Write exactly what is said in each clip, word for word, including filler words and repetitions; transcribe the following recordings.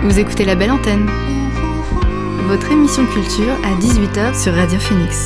Vous écoutez La Belle Antenne, votre émission culture à dix-huit heures sur Radio Phoenix.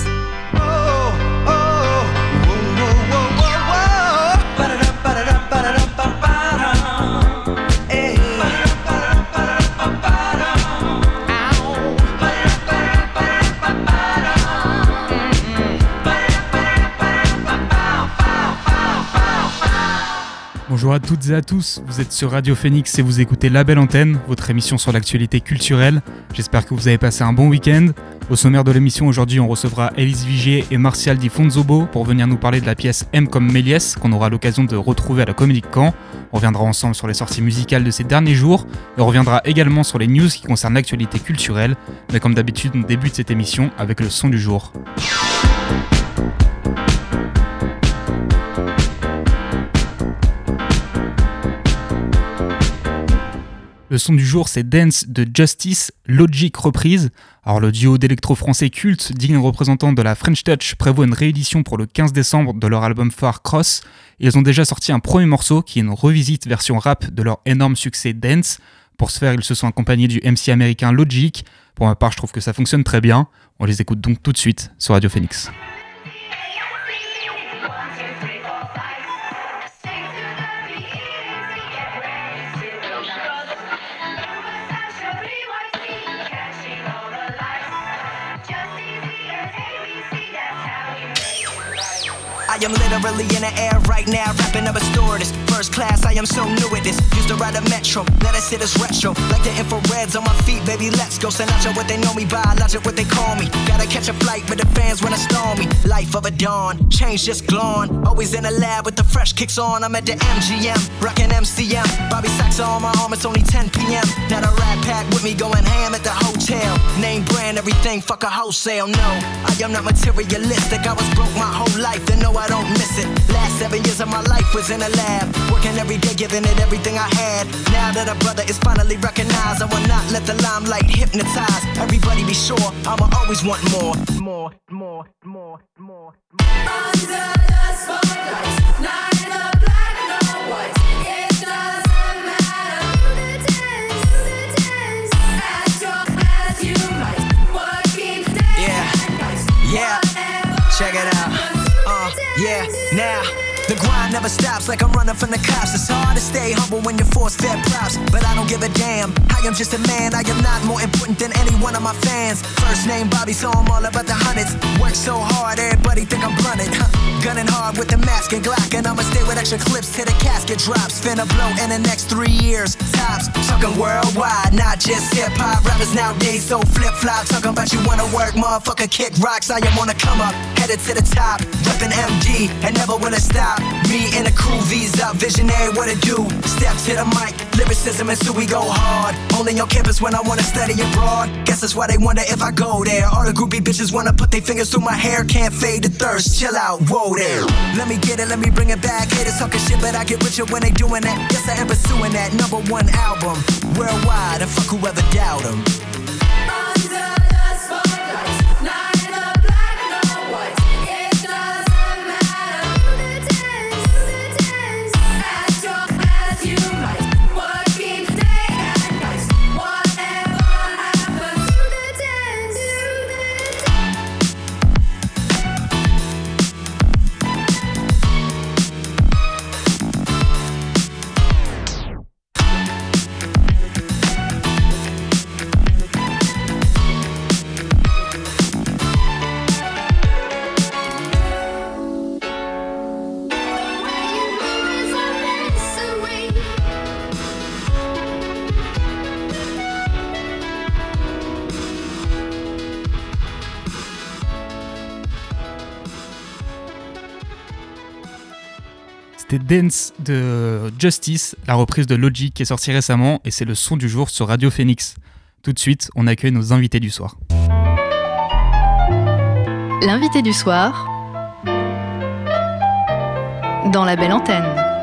Bonjour à toutes et à tous, vous êtes sur Radio Phoenix et vous écoutez La Belle Antenne, votre émission sur l'actualité culturelle. J'espère que vous avez passé un bon week-end. Au sommaire de l'émission, aujourd'hui, on recevra Élise Vigier et Martial Di Fonzobo pour venir nous parler de la pièce M comme Méliès, qu'on aura l'occasion de retrouver à la Comédie de Caen. On reviendra ensemble sur les sorties musicales de ces derniers jours et on reviendra également sur les news qui concernent l'actualité culturelle. Mais comme d'habitude, on débute cette émission avec le son du jour. Le son du jour, c'est Dance de Justice, Logic reprise. Alors le duo d'électro-français culte, digne représentant de la French Touch, prévoit une réédition pour le quinze décembre de leur album phare Cross. Ils ont déjà sorti un premier morceau qui est une revisite version rap de leur énorme succès Dance. Pour ce faire, ils se sont accompagnés du M C américain Logic. Pour ma part, je trouve que ça fonctionne très bien. On les écoute donc tout de suite sur Radio Phoenix. I am literally in the air right now, rapping up a stewardess. First class, I am so new at this. Used to ride a metro, let us hit us retro. Like the infrareds on my feet, baby, let's go. Sinatra, what they know me by, logic, what they call me. Gotta catch a flight, but the fans wanna storm me. Life of a dawn, change just glowing. Always in the lab with the fresh kicks on. I'm at the M G M, rockin' M C M. Bobby Sacks on my arm, it's only ten p.m. Now the Rat Pack with me going ham at the hotel. Name brand, everything, fuck a wholesale. No, I am not materialistic. I was broke my whole life, then no, I don't miss it. Last seven years of my life was in a lab, working every day, giving it everything I had. Now that a brother is finally recognized, I will not let the limelight hypnotize. Everybody be sure, I'ma always want more. More, more, more, more. Under the spotlight, not in the black, no white. It doesn't matter who the dance, who the dance. As strong as you might, working day Yeah, and night. yeah, Whatever check it out. happens, Uh, yeah, now the grind never stops like I'm running from the cops. It's hard to stay humble when you're force-fed props, but I don't give a damn. I am just a man, I am not more important than any one of my fans. First name Bobby, so I'm all about the hundreds. Work so hard, everybody think I'm blunted. Gunning hard with the mask and Glock, and I'ma stay with extra clips till the casket drops. Finna blow in the next three years, tops. Talking worldwide, not just hip-hop. Rappers nowadays so flip-flop. Talking about you wanna work, motherfucker, kick rocks. I am on the come up, headed to the top. Reppin' M D, and never wanna stop. Me and the crew, V's up, visionary, what it do? Step to the mic, lyricism and so we go hard. Only on campus when I wanna study abroad. Guess that's why they wonder if I go there. All the groupie bitches wanna put their fingers through my hair. Can't fade the thirst, chill out, whoa there. Let me get it, let me bring it back. Haters talking shit, but I get richer when they doing that. Yes, I am pursuing that number one album worldwide, and fuck whoever doubt them. under the spotlight, not in the black, no white. It doesn't matter who the dance, who the dance. As strong as you might, working day and night. Whatever happens, do the dance, do the dance. C'était Dance de Justice, la reprise de Logic qui est sortie récemment et c'est le son du jour sur Radio Phoenix. Tout de suite, on accueille nos invités du soir. L'invité du soir dans La Belle Antenne.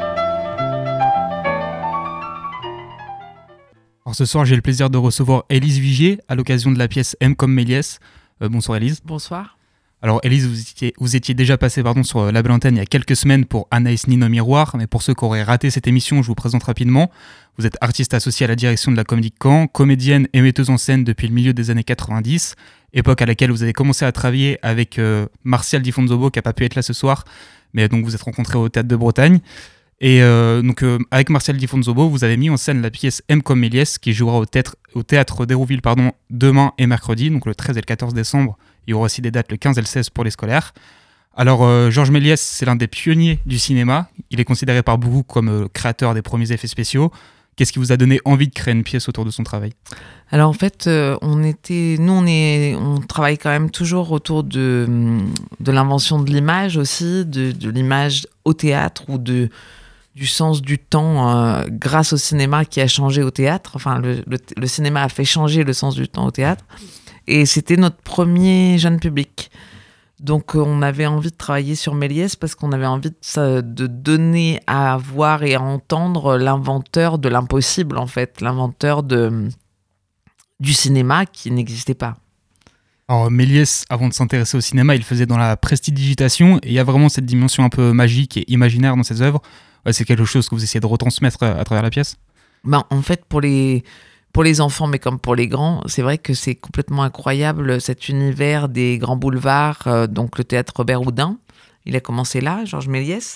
Alors ce soir, j'ai le plaisir de recevoir Élise Vigier à l'occasion de la pièce M comme Méliès. Euh, bonsoir Élise. Bonsoir. Alors Élise, vous étiez, vous étiez déjà passée pardon, sur la belle antenne il y a quelques semaines pour Anaïs Nin au Miroir, mais pour ceux qui auraient raté cette émission, je vous présente rapidement. Vous êtes artiste associée à la direction de la Comédie Caen, comédienne et metteuse en scène depuis le milieu des années quatre-vingt-dix, époque à laquelle vous avez commencé à travailler avec euh, Martial Di Fonzobo, qui n'a pas pu être là ce soir, mais donc vous êtes rencontrés au Théâtre de Bretagne. Et euh, donc euh, avec Martial Di Fonzobo, vous avez mis en scène la pièce M comme Méliès, qui jouera au théâtre, au théâtre d'Hérouville pardon, demain et mercredi, donc le treize et le quatorze décembre. Il y aura aussi des dates le quinze et le seize pour les scolaires. Alors euh, Georges Méliès, c'est l'un des pionniers du cinéma. Il est considéré par beaucoup comme euh, créateur des premiers effets spéciaux. Qu'est-ce qui vous a donné envie de créer une pièce autour de son travail ? Alors en fait, euh, on était, nous on est, on travaille quand même toujours autour de de l'invention de l'image aussi, de, de l'image au théâtre ou de du sens du temps euh, grâce au cinéma qui a changé au théâtre. Enfin, le, le, le cinéma a fait changer le sens du temps au théâtre. Et c'était notre premier jeune public. Donc, on avait envie de travailler sur Méliès parce qu'on avait envie de, de donner à voir et à entendre l'inventeur de l'impossible, en fait. L'inventeur de, du cinéma qui n'existait pas. Alors Méliès, avant de s'intéresser au cinéma, il faisait dans la prestidigitation. Et il y a vraiment cette dimension un peu magique et imaginaire dans ses œuvres. Ouais, c'est quelque chose que vous essayez de retransmettre à travers la pièce ? Ben, en fait, pour les, pour les enfants, mais comme pour les grands, c'est vrai que c'est complètement incroyable cet univers des grands boulevards, euh, donc le théâtre Robert Houdin. Il a commencé là, Georges Méliès.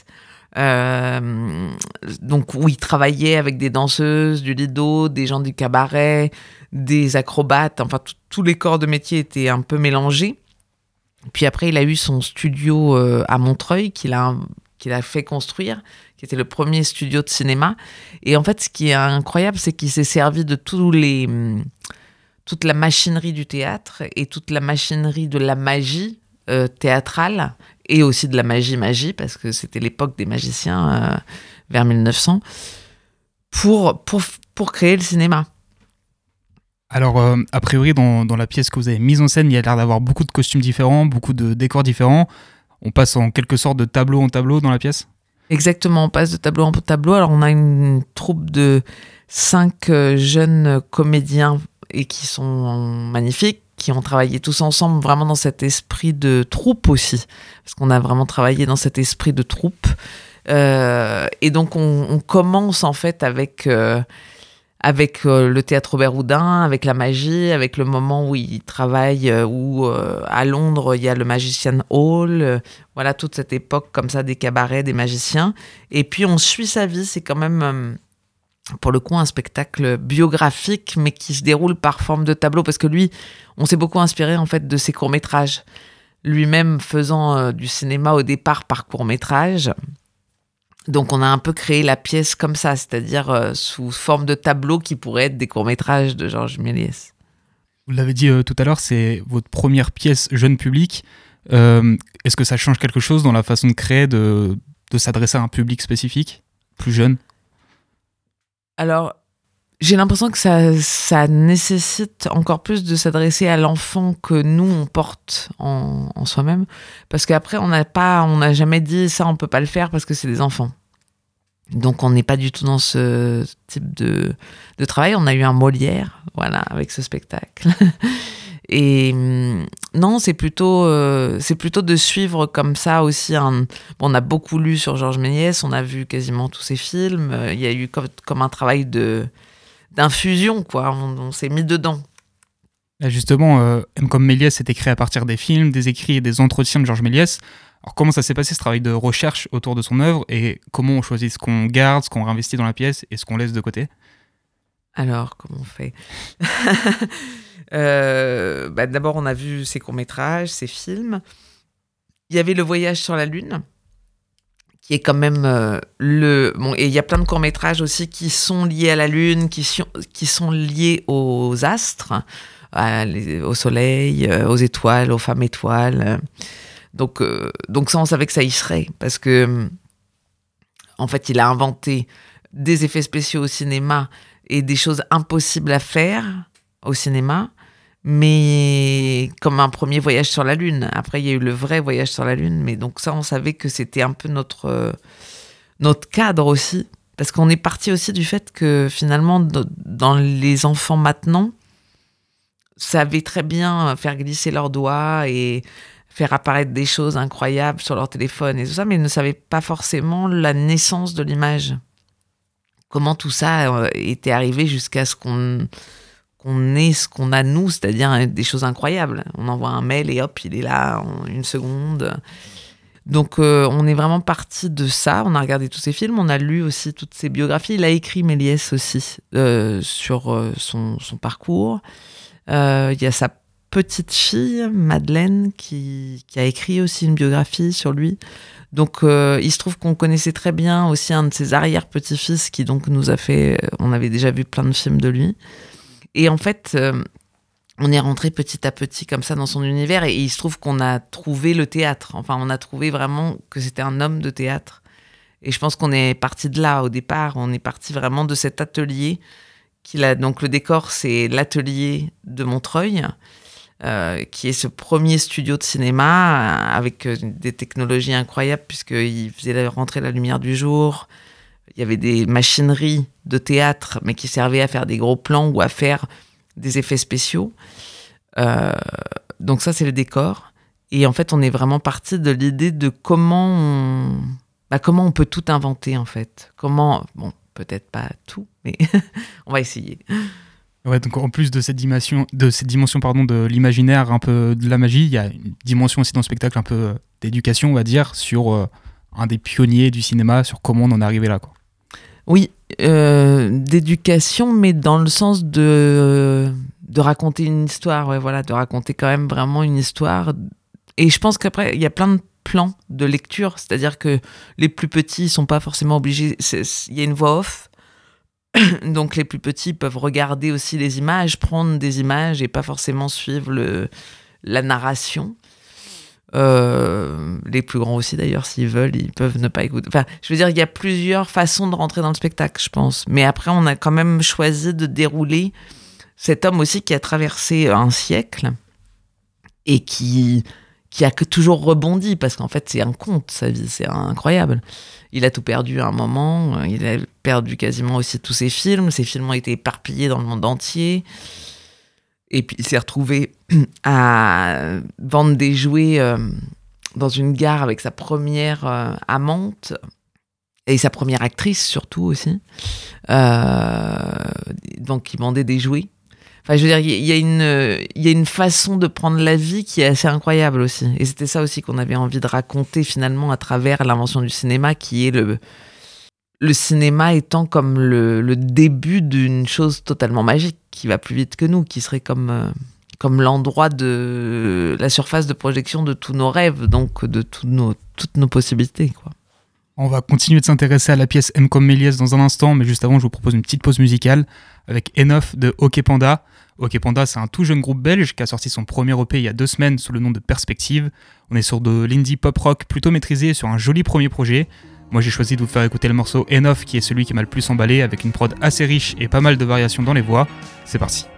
Euh, donc, où il travaillait avec des danseuses, du lido, des gens du cabaret, des acrobates. Enfin, tous les corps de métier étaient un peu mélangés. Puis après, il a eu son studio euh, à Montreuil qu'il a, qu'il a fait construire, qui était le premier studio de cinéma. Et en fait, ce qui est incroyable, c'est qu'il s'est servi de tous les, toute la machinerie du théâtre et toute la machinerie de la magie euh, théâtrale et aussi de la magie-magie, parce que c'était l'époque des magiciens euh, vers mille neuf cents, pour, pour, pour créer le cinéma. Alors, euh, a priori, dans, dans la pièce que vous avez mise en scène, il y a l'air d'avoir beaucoup de costumes différents, beaucoup de décors différents. On passe en quelque sorte de tableau en tableau dans la pièce ? Exactement, on passe de tableau en tableau. Alors, on a une troupe de cinq jeunes comédiens et qui sont magnifiques, qui ont travaillé tous ensemble vraiment dans cet esprit de troupe aussi, parce qu'on a vraiment travaillé dans cet esprit de troupe. Euh, et donc, on, on commence en fait avec... Euh, avec euh, le théâtre Robert Houdin, avec la magie, avec le moment où il travaille, euh, où euh, à Londres, il y a le Magician Hall, euh, voilà, toute cette époque comme ça, des cabarets, des magiciens. Et puis, on suit sa vie, c'est quand même, euh, pour le coup, un spectacle biographique, mais qui se déroule par forme de tableau, parce que lui, on s'est beaucoup inspiré, en fait, de ses courts-métrages. Lui-même faisant euh, du cinéma au départ par court-métrage. Donc, on a un peu créé la pièce comme ça, c'est-à-dire euh, sous forme de tableau qui pourrait être des courts-métrages de Georges Méliès. Vous l'avez dit euh, tout à l'heure, c'est votre première pièce jeune public. Euh, est-ce que ça change quelque chose dans la façon de créer, de, de s'adresser à un public spécifique, plus jeune ? Alors, j'ai l'impression que ça, ça nécessite encore plus de s'adresser à l'enfant que nous, on porte en, en soi-même. Parce qu'après, on n'a pas, on n'a jamais dit ça, on ne peut pas le faire parce que c'est des enfants. Donc, on n'est pas du tout dans ce type de, de travail. On a eu un Molière, voilà, avec ce spectacle. Et non, c'est plutôt, euh, c'est plutôt de suivre comme ça aussi. Un... Bon, on a beaucoup lu sur Georges Méliès, on a vu quasiment tous ses films. Il y a eu comme, comme un travail de... d'infusion, quoi. On, on s'est mis dedans. Là, justement, euh, M comme Méliès, c'était créé à partir des films, des écrits et des entretiens de Georges Méliès. Alors, comment ça s'est passé, ce travail de recherche autour de son œuvre, et comment on choisit ce qu'on garde, ce qu'on réinvestit dans la pièce et ce qu'on laisse de côté ? Alors, comment on fait ? euh, bah, D'abord, on a vu ses courts-métrages, ses films. Il y avait Le Voyage sur la Lune, qui est quand même euh, le... Bon, et il y a plein de courts-métrages aussi qui sont liés à la Lune, qui sont, qui sont liés aux astres, à les, au soleil, euh, aux étoiles, aux femmes étoiles. Donc, euh, donc ça, on savait que ça y serait, parce que, en fait, il a inventé des effets spéciaux au cinéma et des choses impossibles à faire au cinéma, mais comme un premier voyage sur la Lune. Après, il y a eu le vrai voyage sur la Lune, mais donc ça, on savait que c'était un peu notre, euh, notre cadre aussi, parce qu'on est parti aussi du fait que finalement, d- dans les enfants maintenant, savaient très bien faire glisser leurs doigts et faire apparaître des choses incroyables sur leur téléphone et tout ça, mais ils ne savaient pas forcément la naissance de l'image. Comment tout ça euh, était arrivé jusqu'à ce qu'on, qu'on ait ce qu'on a nous, c'est-à-dire des choses incroyables. On envoie un mail et hop, il est là en une seconde. Donc euh, on est vraiment parti de ça, on a regardé tous ces films, on a lu aussi toutes ces biographies. Il a écrit Méliès aussi euh, sur euh, son, son parcours. Euh, il y a sa petite fille, Madeleine, qui, qui a écrit aussi une biographie sur lui. Donc euh, il se trouve qu'on connaissait très bien aussi un de ses arrière-petits-fils qui donc nous a fait... On avait déjà vu plein de films de lui. Et en fait... Euh, on est rentré petit à petit comme ça dans son univers et il se trouve qu'on a trouvé le théâtre. Enfin, on a trouvé vraiment que c'était un homme de théâtre. Et je pense qu'on est parti de là au départ. On est parti vraiment de cet atelier. Qu'il a, donc le décor, c'est l'atelier de Montreuil, euh, qui est ce premier studio de cinéma avec des technologies incroyables puisqu'il faisait rentrer la lumière du jour. Il y avait des machineries de théâtre, mais qui servaient à faire des gros plans ou à faire des effets spéciaux. Euh, donc ça, c'est le décor. Et en fait, on est vraiment parti de l'idée de comment on, bah, comment on peut tout inventer, en fait. Comment... Bon, peut-être pas tout, mais on va essayer. Ouais, donc en plus de cette dimension, de, cette dimension pardon, de l'imaginaire, un peu de la magie, il y a une dimension aussi dans le spectacle, un peu d'éducation, on va dire, sur euh, un des pionniers du cinéma, sur comment on en est arrivé là, quoi. Oui, euh, d'éducation, mais dans le sens de, de raconter une histoire, ouais, voilà, de raconter quand même vraiment une histoire. Et je pense qu'après, il y a plein de plans de lecture, c'est-à-dire que les plus petits ne sont pas forcément obligés, il y a une voix off, donc les plus petits peuvent regarder aussi les images, prendre des images et pas forcément suivre le, la narration. Euh, les plus grands aussi d'ailleurs, s'ils veulent, ils peuvent ne pas écouter. Enfin, je veux dire, il y a plusieurs façons de rentrer dans le spectacle, je pense. Mais après, on a quand même choisi de dérouler cet homme aussi qui a traversé un siècle et qui, qui a toujours rebondi, parce qu'en fait, c'est un conte, sa vie, c'est incroyable. Il a tout perdu à un moment, il a perdu quasiment aussi tous ses films. Ses films ont été éparpillés dans le monde entier. Et puis, il s'est retrouvé à vendre des jouets euh, dans une gare avec sa première euh, amante et sa première actrice, surtout aussi. Euh, donc, il vendait des jouets. Enfin, je veux dire, il y a une, il y a une façon de prendre la vie qui est assez incroyable aussi. Et c'était ça aussi qu'on avait envie de raconter, finalement, à travers l'invention du cinéma, qui est le... Le cinéma étant comme le, le début d'une chose totalement magique, qui va plus vite que nous, qui serait comme, euh, comme l'endroit de la surface de projection de tous nos rêves, donc de tous nos, toutes nos possibilités, quoi. On va continuer de s'intéresser à la pièce M comme Méliès dans un instant, mais juste avant, je vous propose une petite pause musicale avec Enough de OK Panda. OK Panda, c'est un tout jeune groupe belge qui a sorti son premier E P il y a deux semaines sous le nom de Perspective. On est sur de l'indie pop rock plutôt maîtrisé, sur un joli premier projet. Moi, j'ai choisi de vous faire écouter le morceau Enough, qui est celui qui m'a le plus emballé, avec une prod assez riche et pas mal de variations dans les voix. C'est parti.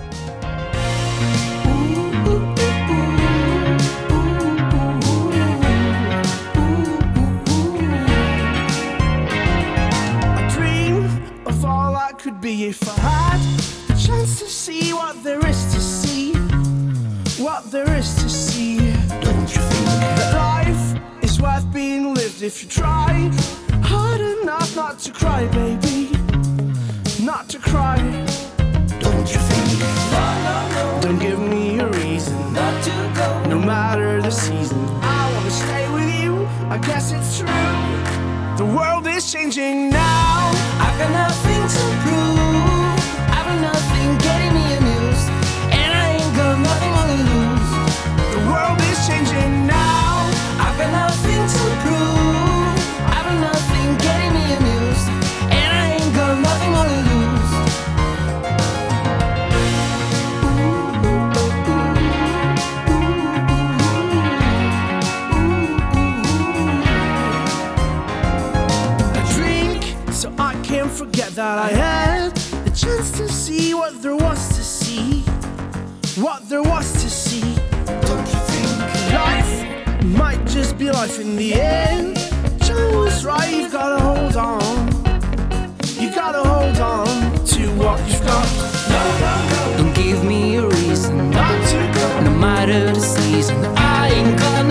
Be if I had the chance to see what there is to see, what there is to see. Don't you think that life is worth being lived if you try hard enough not to cry, baby, not to cry? Don't you think? No, no, no. Don't give me a reason not to go, no matter the season. I wanna stay with you, I guess it's true. The world is changing now. I've got nothing to prove, I've got nothing getting me amused, and I ain't got nothing more to lose. The world is changing now. I've got nothing to prove, I've got nothing getting me amused, and I ain't got nothing more to lose. Forget that I had the chance to see what there was to see, what there was to see. Don't you think life might just be life in the end? John was right, you gotta hold on, you gotta hold on to what you've got. No, no, no. Don't give me a reason not to go, no matter the season. I ain't gonna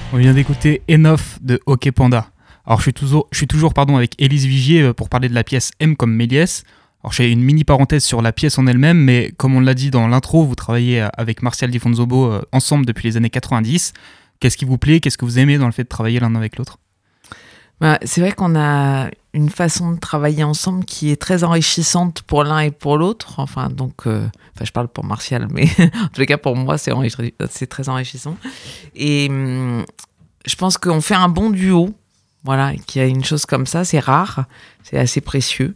On vient d'écouter Enough de Hockey Panda. Alors je suis toujours, je suis toujours pardon, avec Élise Vigier pour parler de la pièce M comme Méliès. Alors j'ai une mini parenthèse sur la pièce en elle-même, mais comme on l'a dit dans l'intro, vous travaillez avec Martial Di Fonzobo euh, ensemble depuis les années quatre-vingt-dix. Qu'est-ce qui vous plaît? Qu'est-ce que vous aimez dans le fait de travailler l'un avec l'autre? Bah, c'est vrai qu'on a une façon de travailler ensemble qui est très enrichissante pour l'un et pour l'autre. Enfin, donc, euh, enfin, je parle pour Martial, mais en tous les cas, pour moi, c'est, enrichi- c'est très enrichissant. Et hum, je pense qu'on fait un bon duo. Voilà, qu'il y a une chose comme ça, c'est rare, c'est assez précieux.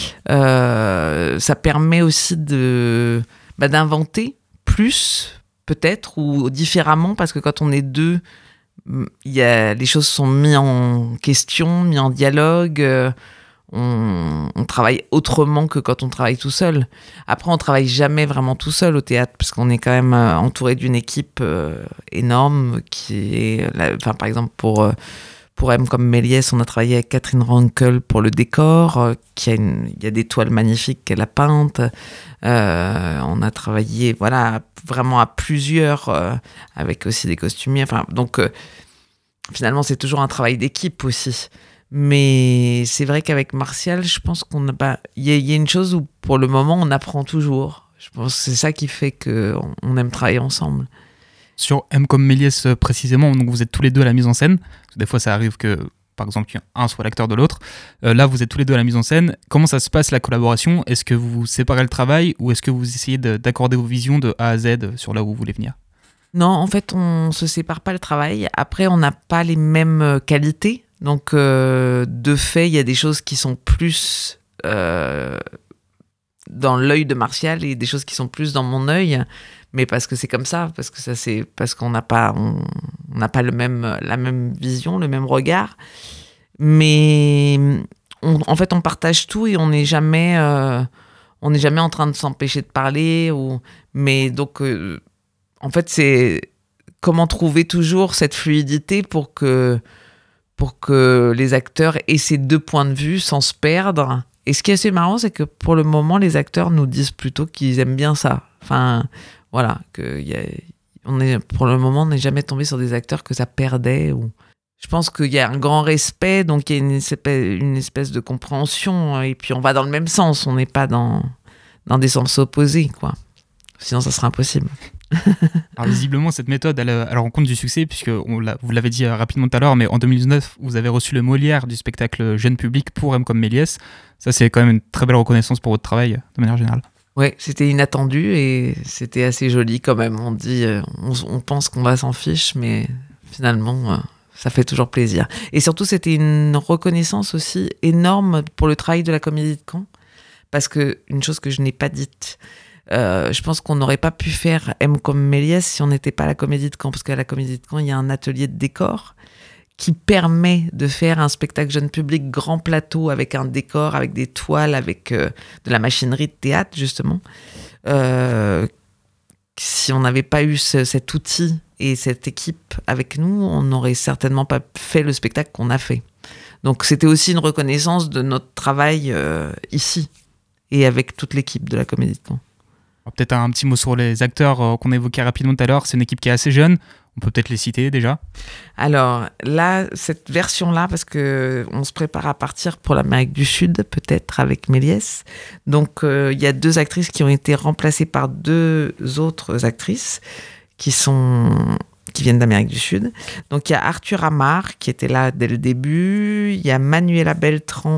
Euh, ça permet aussi de, bah, d'inventer plus, peut-être, ou différemment, parce que quand on est deux, il y a, les choses sont mises en question, mises en dialogue. Euh, on, on travaille autrement que quand on travaille tout seul. Après, on travaille jamais vraiment tout seul au théâtre, parce qu'on est quand même euh, entouré d'une équipe euh, énorme, qui est, la, enfin, par exemple, pour... Euh, Pour M comme Méliès, on a travaillé avec Catherine Rankel pour le décor, euh, qui a une, il y a des toiles magnifiques qu'elle a peintes. Euh, on a travaillé, voilà, vraiment à plusieurs, euh, avec aussi des costumiers. Enfin, donc, euh, finalement, c'est toujours un travail d'équipe aussi. Mais c'est vrai qu'avec Martial, je pense qu'on a pas. Il y, a- il y a une chose où, pour le moment, on apprend toujours. Je pense que c'est ça qui fait qu'on on aime travailler ensemble. Sur M comme Méliès euh, précisément, donc vous êtes tous les deux à la mise en scène. Parce que des fois, ça arrive que, par exemple, un soit l'acteur de l'autre. Euh, là, vous êtes tous les deux à la mise en scène. Comment ça se passe la collaboration? Est-ce que vous séparez le travail ou est-ce que vous essayez de, d'accorder vos visions de A à Z sur là où vous voulez venir? Non, en fait, on se sépare pas le travail. Après, on n'a pas les mêmes qualités. Donc, euh, de fait, il y a des choses qui sont plus euh, dans l'œil de Martial et des choses qui sont plus dans mon œil. Mais parce que c'est comme ça, parce que ça c'est parce qu'on n'a pas on on n'a pas le même la même vision, le même regard. Mais on, en fait, on partage tout et on n'est jamais euh, on n'est jamais en train de s'empêcher de parler. Ou mais donc euh, en fait, c'est comment trouver toujours cette fluidité pour que pour que les acteurs aient ces deux points de vue sans se perdre. Et ce qui est assez marrant, c'est que pour le moment, les acteurs nous disent plutôt qu'ils aiment bien ça. Enfin, voilà, que y a, on est, pour le moment, on n'est jamais tombé sur des acteurs que ça perdait. Ou... Je pense qu'il y a un grand respect, donc il y a une espèce, une espèce de compréhension. Et puis, on va dans le même sens. On n'est pas dans, dans des sens opposés, quoi. Sinon, ça serait impossible. Alors visiblement, cette méthode, elle, elle rencontre du succès, puisque on l'a, vous l'avez dit rapidement tout à l'heure, mais en deux mille dix-neuf, vous avez reçu le Molière du spectacle jeune public pour M comme Méliès. Ça, c'est quand même une très belle reconnaissance pour votre travail, de manière générale. Ouais, c'était inattendu et c'était assez joli quand même. On dit, euh, on, on pense qu'on va s'en fiche, mais finalement, euh, ça fait toujours plaisir. Et surtout, c'était une reconnaissance aussi énorme pour le travail de la Comédie de Caen, parce que une chose que je n'ai pas dite, euh, je pense qu'on n'aurait pas pu faire M comme Méliès si on n'était pas à la Comédie de Caen, parce qu'à la Comédie de Caen, il y a un atelier de décor qui permet de faire un spectacle jeune public grand plateau avec un décor, avec des toiles, avec euh, de la machinerie de théâtre, justement. Euh, si on n'avait pas eu ce, cet outil et cette équipe avec nous, on n'aurait certainement pas fait le spectacle qu'on a fait. Donc c'était aussi une reconnaissance de notre travail euh, ici et avec toute l'équipe de la Comédie de Caen. Alors, peut-être un petit mot sur les acteurs euh, qu'on évoquait rapidement tout à l'heure. C'est une équipe qui est assez jeune. On peut peut-être les citer déjà. Alors là, cette version-là, parce que on se prépare à partir pour l'Amérique du Sud, peut-être avec Méliès. Donc il euh, y a deux actrices qui ont été remplacées par deux autres actrices qui sont qui viennent d'Amérique du Sud. Donc il y a Arthur Amar qui était là dès le début. Il y a Manuela Beltran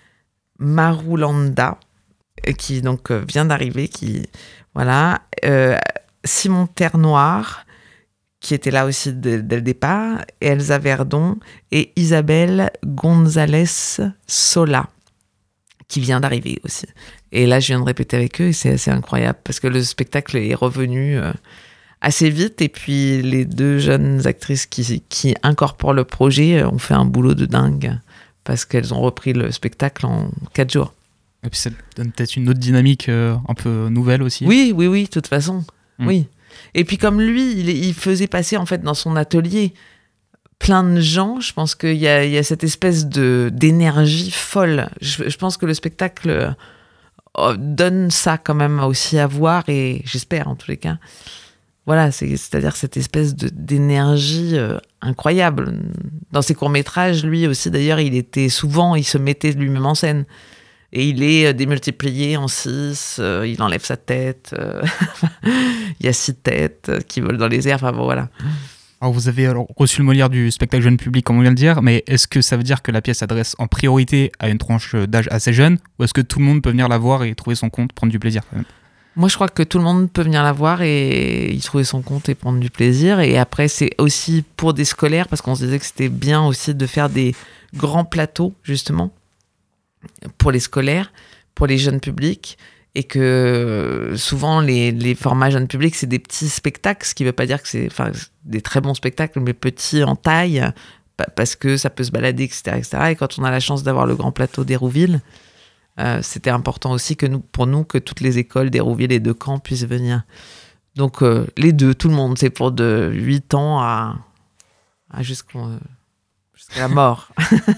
Marulanda qui donc euh, vient d'arriver, qui voilà. Euh, Simon Ternoir, qui était là aussi dès, dès le départ, Elsa Verdon et Isabelle González Sola, qui vient d'arriver aussi. Et là, je viens de répéter avec eux et c'est assez incroyable parce que le spectacle est revenu euh, assez vite et puis les deux jeunes actrices qui, qui incorporent le projet ont fait un boulot de dingue parce qu'elles ont repris le spectacle en quatre jours. Et puis ça donne peut-être une autre dynamique euh, un peu nouvelle aussi. Oui, oui, oui, de toute façon. Mm. Oui. Et puis comme lui, il, il faisait passer en fait dans son atelier plein de gens, je pense qu'il y a, il y a cette espèce de, d'énergie folle. Je, je pense que le spectacle euh, donne ça quand même aussi à voir et j'espère en tous les cas. Voilà, c'est, c'est-à-dire cette espèce de, d'énergie euh, incroyable. Dans ses courts-métrages, lui aussi, d'ailleurs, il était souvent, il se mettait lui-même en scène. Et il est démultiplié en six, euh, il enlève sa tête, euh, il y a six têtes qui volent dans les airs, enfin bon, voilà. Alors vous avez alors reçu le Molière du spectacle jeune public, comme on vient de le dire, mais est-ce que ça veut dire que la pièce s'adresse en priorité à une tranche d'âge assez jeune, ou est-ce que tout le monde peut venir la voir et trouver son compte, prendre du plaisir quand même ? Moi, je crois que tout le monde peut venir la voir et y trouver son compte et prendre du plaisir. Et après, c'est aussi pour des scolaires, parce qu'on se disait que c'était bien aussi de faire des grands plateaux, justement, pour les scolaires, pour les jeunes publics, et que souvent les, les formats jeunes publics, c'est des petits spectacles, ce qui ne veut pas dire que c'est enfin, des très bons spectacles, mais petits en taille, parce que ça peut se balader, et cetera, et cetera. Et quand on a la chance d'avoir le grand plateau d'Hérouville, euh, c'était important aussi que nous, pour nous que toutes les écoles d'Hérouville et de Caen puissent venir. Donc euh, les deux, tout le monde, c'est pour de huit ans à, à jusqu'au... Euh, Jusqu'à la mort.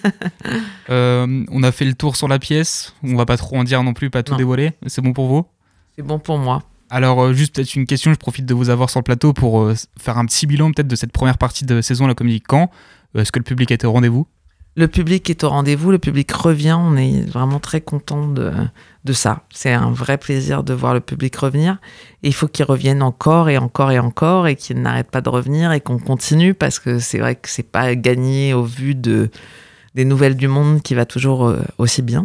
euh, on a fait le tour sur la pièce. On va pas trop en dire non plus, pas tout non. dévoiler. C'est bon pour vous ? C'est bon pour moi. Alors, euh, juste peut-être une question. Je profite de vous avoir sur le plateau pour euh, faire un petit bilan peut-être de cette première partie de saison à la Comédie Caen. Euh, est-ce que le public était au rendez-vous ? Le public est au rendez-vous. Le public revient. On est vraiment très content de, de ça. C'est un vrai plaisir de voir le public revenir. Et il faut qu'il revienne encore et encore et encore et qu'il n'arrête pas de revenir et qu'on continue parce que c'est vrai que c'est pas gagné au vu de, des nouvelles du monde qui va toujours euh, aussi bien.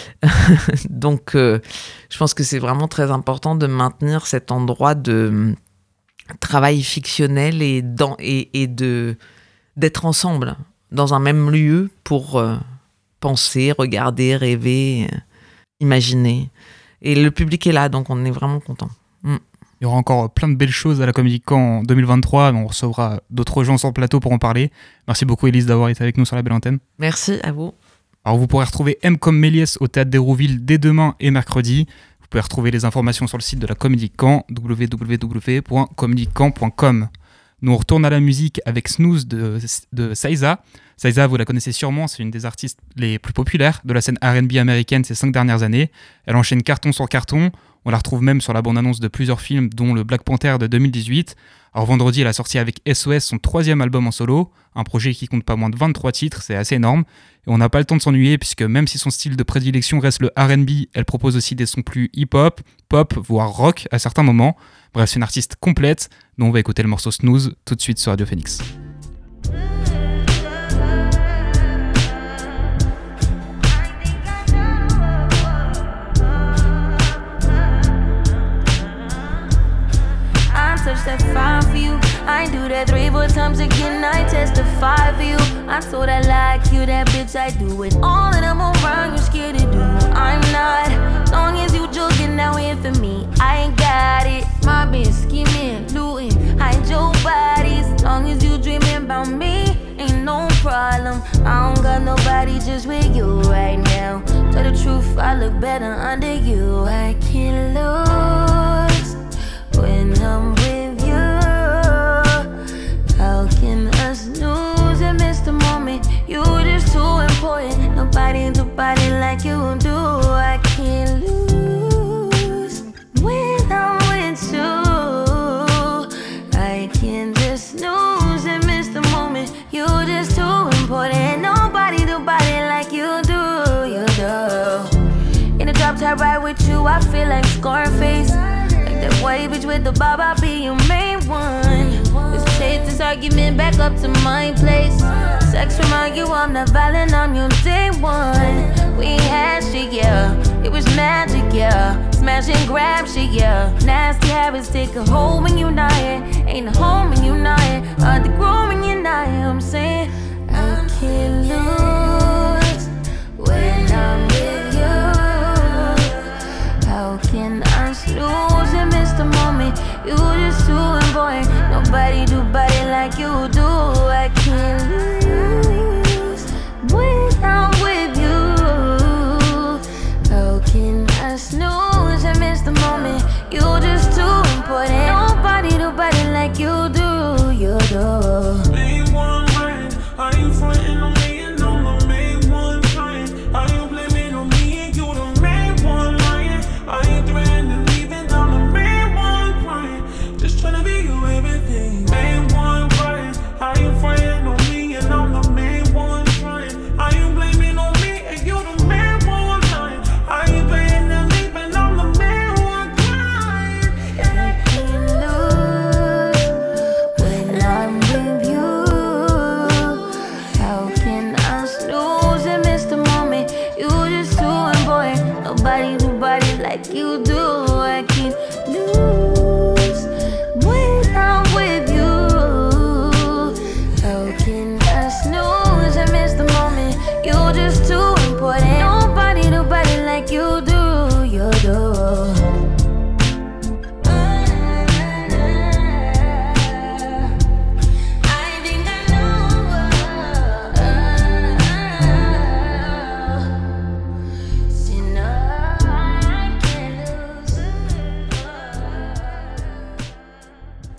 Donc, euh, je pense que c'est vraiment très important de maintenir cet endroit de travail fictionnel et, dans, et, et de, d'être ensemble dans un même lieu pour euh, penser, regarder, rêver, euh, imaginer. Et le public est là, donc on est vraiment content. Mm. Il y aura encore plein de belles choses à la Comédie Caen en deux mille vingt-trois. On recevra d'autres gens sur le plateau pour en parler. Merci beaucoup, Élise, d'avoir été avec nous sur la belle antenne. Merci à vous. Alors, vous pourrez retrouver M comme Méliès au Théâtre d'Hérouville dès demain et mercredi. Vous pouvez retrouver les informations sur le site de la Comédie Caen, w w w point comédie caen point com. Nous, on retourne à la musique avec Snooze de, de Saiza. Saiza, vous la connaissez sûrement, c'est une des artistes les plus populaires de la scène R and B américaine ces cinq dernières années. Elle enchaîne carton sur carton. On la retrouve même sur la bande-annonce de plusieurs films, dont le Black Panther de deux mille dix-huit. Alors vendredi, elle a sorti avec S O S son troisième album en solo, un projet qui compte pas moins de vingt-trois titres, c'est assez énorme. Et on n'a pas le temps de s'ennuyer, puisque même si son style de prédilection reste le R and B, elle propose aussi des sons plus hip-hop, pop, voire rock à certains moments. Bref, c'est une artiste complète, dont on va écouter le morceau Snooze tout de suite sur Radio Phoenix. Touch that fire for you. I do that three, four times again. I testify for you. I told I like you, that bitch. I do it. All of them around you scared to do. I'm not. Long as you joking, now in for me. I ain't got it. My bitch scheming, looting, hide your bodies. Long as you dreaming about me, ain't no problem. I don't got nobody just with you right now. Tell the truth, I look better under you. I can't lose when I'm with you. How can I snooze and miss the moment? You just too important. Nobody do body like you do. I can't lose when I'm with you. I can just snooze and miss the moment. You just too important. Nobody do body like you do. You do. In a drop top ride with you, I feel like Scarface. That white bitch with the bob, I'll be your main one. Let's take this argument back up to my place. Sex remind you I'm not violent, I'm your day one. We had shit, yeah, it was magic, yeah. Smash and grab shit, yeah. Nasty habits take a hold when you're not here. Ain't a home when you're not here. Hard to grow when you're not here. I'm saying I can't lose when I'm with you. How can I snooze and miss the moment? You just too important. Nobody do body like you do. I can't lose when I'm with you. How can I snooze and miss the moment? You just too important. Nobody do body like you do. You do. Main one right. Are you frontin' on me and I'm the main one trying? Are you blaming on me and you the main one lying? Are you threatening leaving? I'm the main one crying. Just tryna be you everything. Main one crying.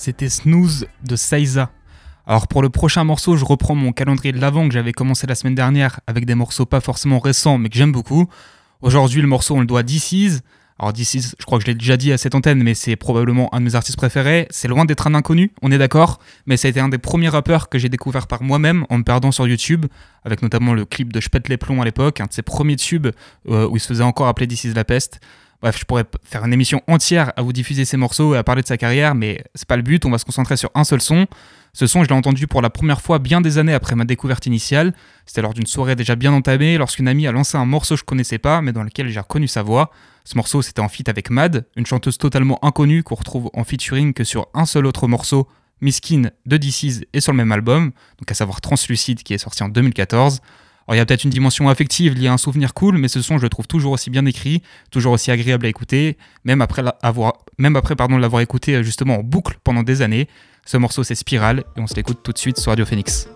c'était Snooze de Saiza. Alors pour le prochain morceau, je reprends mon calendrier de l'avant que j'avais commencé la semaine dernière avec des morceaux pas forcément récents mais que j'aime beaucoup. Aujourd'hui, le morceau, on le doit à D C's. Alors D C's, je crois que je l'ai déjà dit à cette antenne, mais c'est probablement un de mes artistes préférés. C'est loin d'être un inconnu, on est d'accord, mais ça a été un des premiers rappeurs que j'ai découvert par moi-même en me perdant sur YouTube, avec notamment le clip de Je pète les plombs à l'époque, un de ses premiers tubes euh, où il se faisait encore appeler D C's la peste. Bref, je pourrais faire une émission entière à vous diffuser ces morceaux et à parler de sa carrière, mais c'est pas le but, on va se concentrer sur un seul son. Ce son, je l'ai entendu pour la première fois bien des années après ma découverte initiale. C'était lors d'une soirée déjà bien entamée, lorsqu'une amie a lancé un morceau que je connaissais pas, mais dans lequel j'ai reconnu sa voix. Ce morceau, c'était en feat avec Mad, une chanteuse totalement inconnue qu'on retrouve en featuring que sur un seul autre morceau, Miskin de D C's et sur le même album, donc à savoir Translucide qui est sorti en deux mille quatorze. Alors il y a peut-être une dimension affective liée à un souvenir cool, mais ce son je le trouve toujours aussi bien écrit, toujours aussi agréable à écouter, même après, avoir, même après pardon, l'avoir écouté justement en boucle pendant des années. Ce morceau c'est Spirale et on se l'écoute tout de suite sur Radio Phoenix.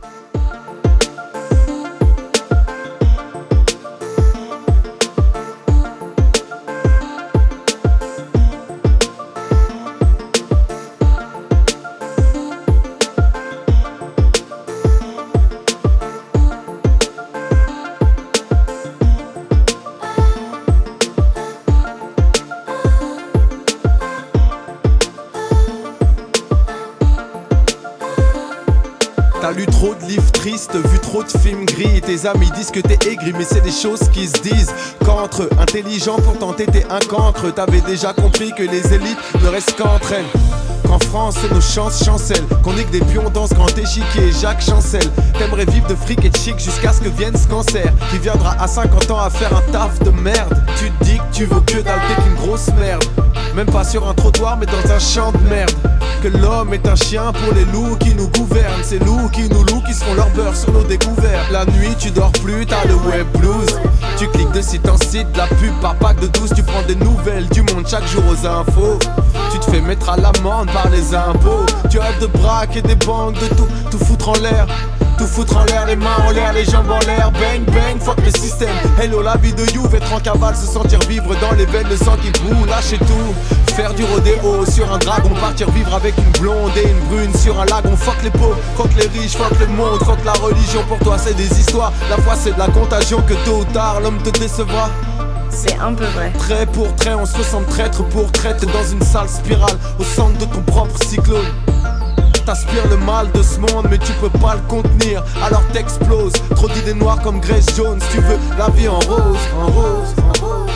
T'as lu trop de livres tristes, vu trop de films gris. Tes amis disent que t'es aigri, mais c'est des choses qui se disent. Qu'entre intelligent, pourtant t'étais un cancre. T'avais déjà compris que les élites ne restent qu'entre elles. Qu'en France nos chances chancellent, qu'on est que des pions dans ce grand échiquier. Jacques Chancel, t'aimerais vivre de fric et de chic jusqu'à ce que vienne ce cancer qui viendra à cinquante ans à faire un taf de merde. Tu te dis que tu vaux que dalle, t'es qu'une grosse merde. Même pas sur un trottoir mais dans un champ de merde. Que l'homme est un chien pour les loups qui nous gouvernent. Ces loups qui nous louent, qui se font leur beurre sur nos découvertes. La nuit tu dors plus, t'as le web blues. Tu cliques de site en site, de la pub par pack de douze. Tu prends des nouvelles du monde chaque jour aux infos. Tu te fais mettre à l'amende par les impôts. Tu rêves de braquer des banques, de tout, tout foutre en l'air. Tout foutre en l'air, les mains en l'air, les jambes en l'air. Bang bang, fuck le système. Hello la vie de you, être en cavale, se sentir vivre dans les veines, le sang qui boue, lâcher tout. Faire du rodéo sur un dragon, partir vivre avec une blonde et une brune sur un lagon. Fuck les pauvres, fuck les riches, fuck le monde, fuck la religion. Pour toi c'est des histoires, la foi c'est de la contagion. Que tôt ou tard l'homme te décevra. C'est un peu vrai. Trait pour trait, on se ressemble traître pour traître. Dans une sale spirale, au centre de ton propre cyclone. T'aspires le mal de ce monde mais tu peux pas le contenir. Alors t'exploses, trop d'idées noires comme Grace Jones. Tu veux la vie en rose, en rose, en rose.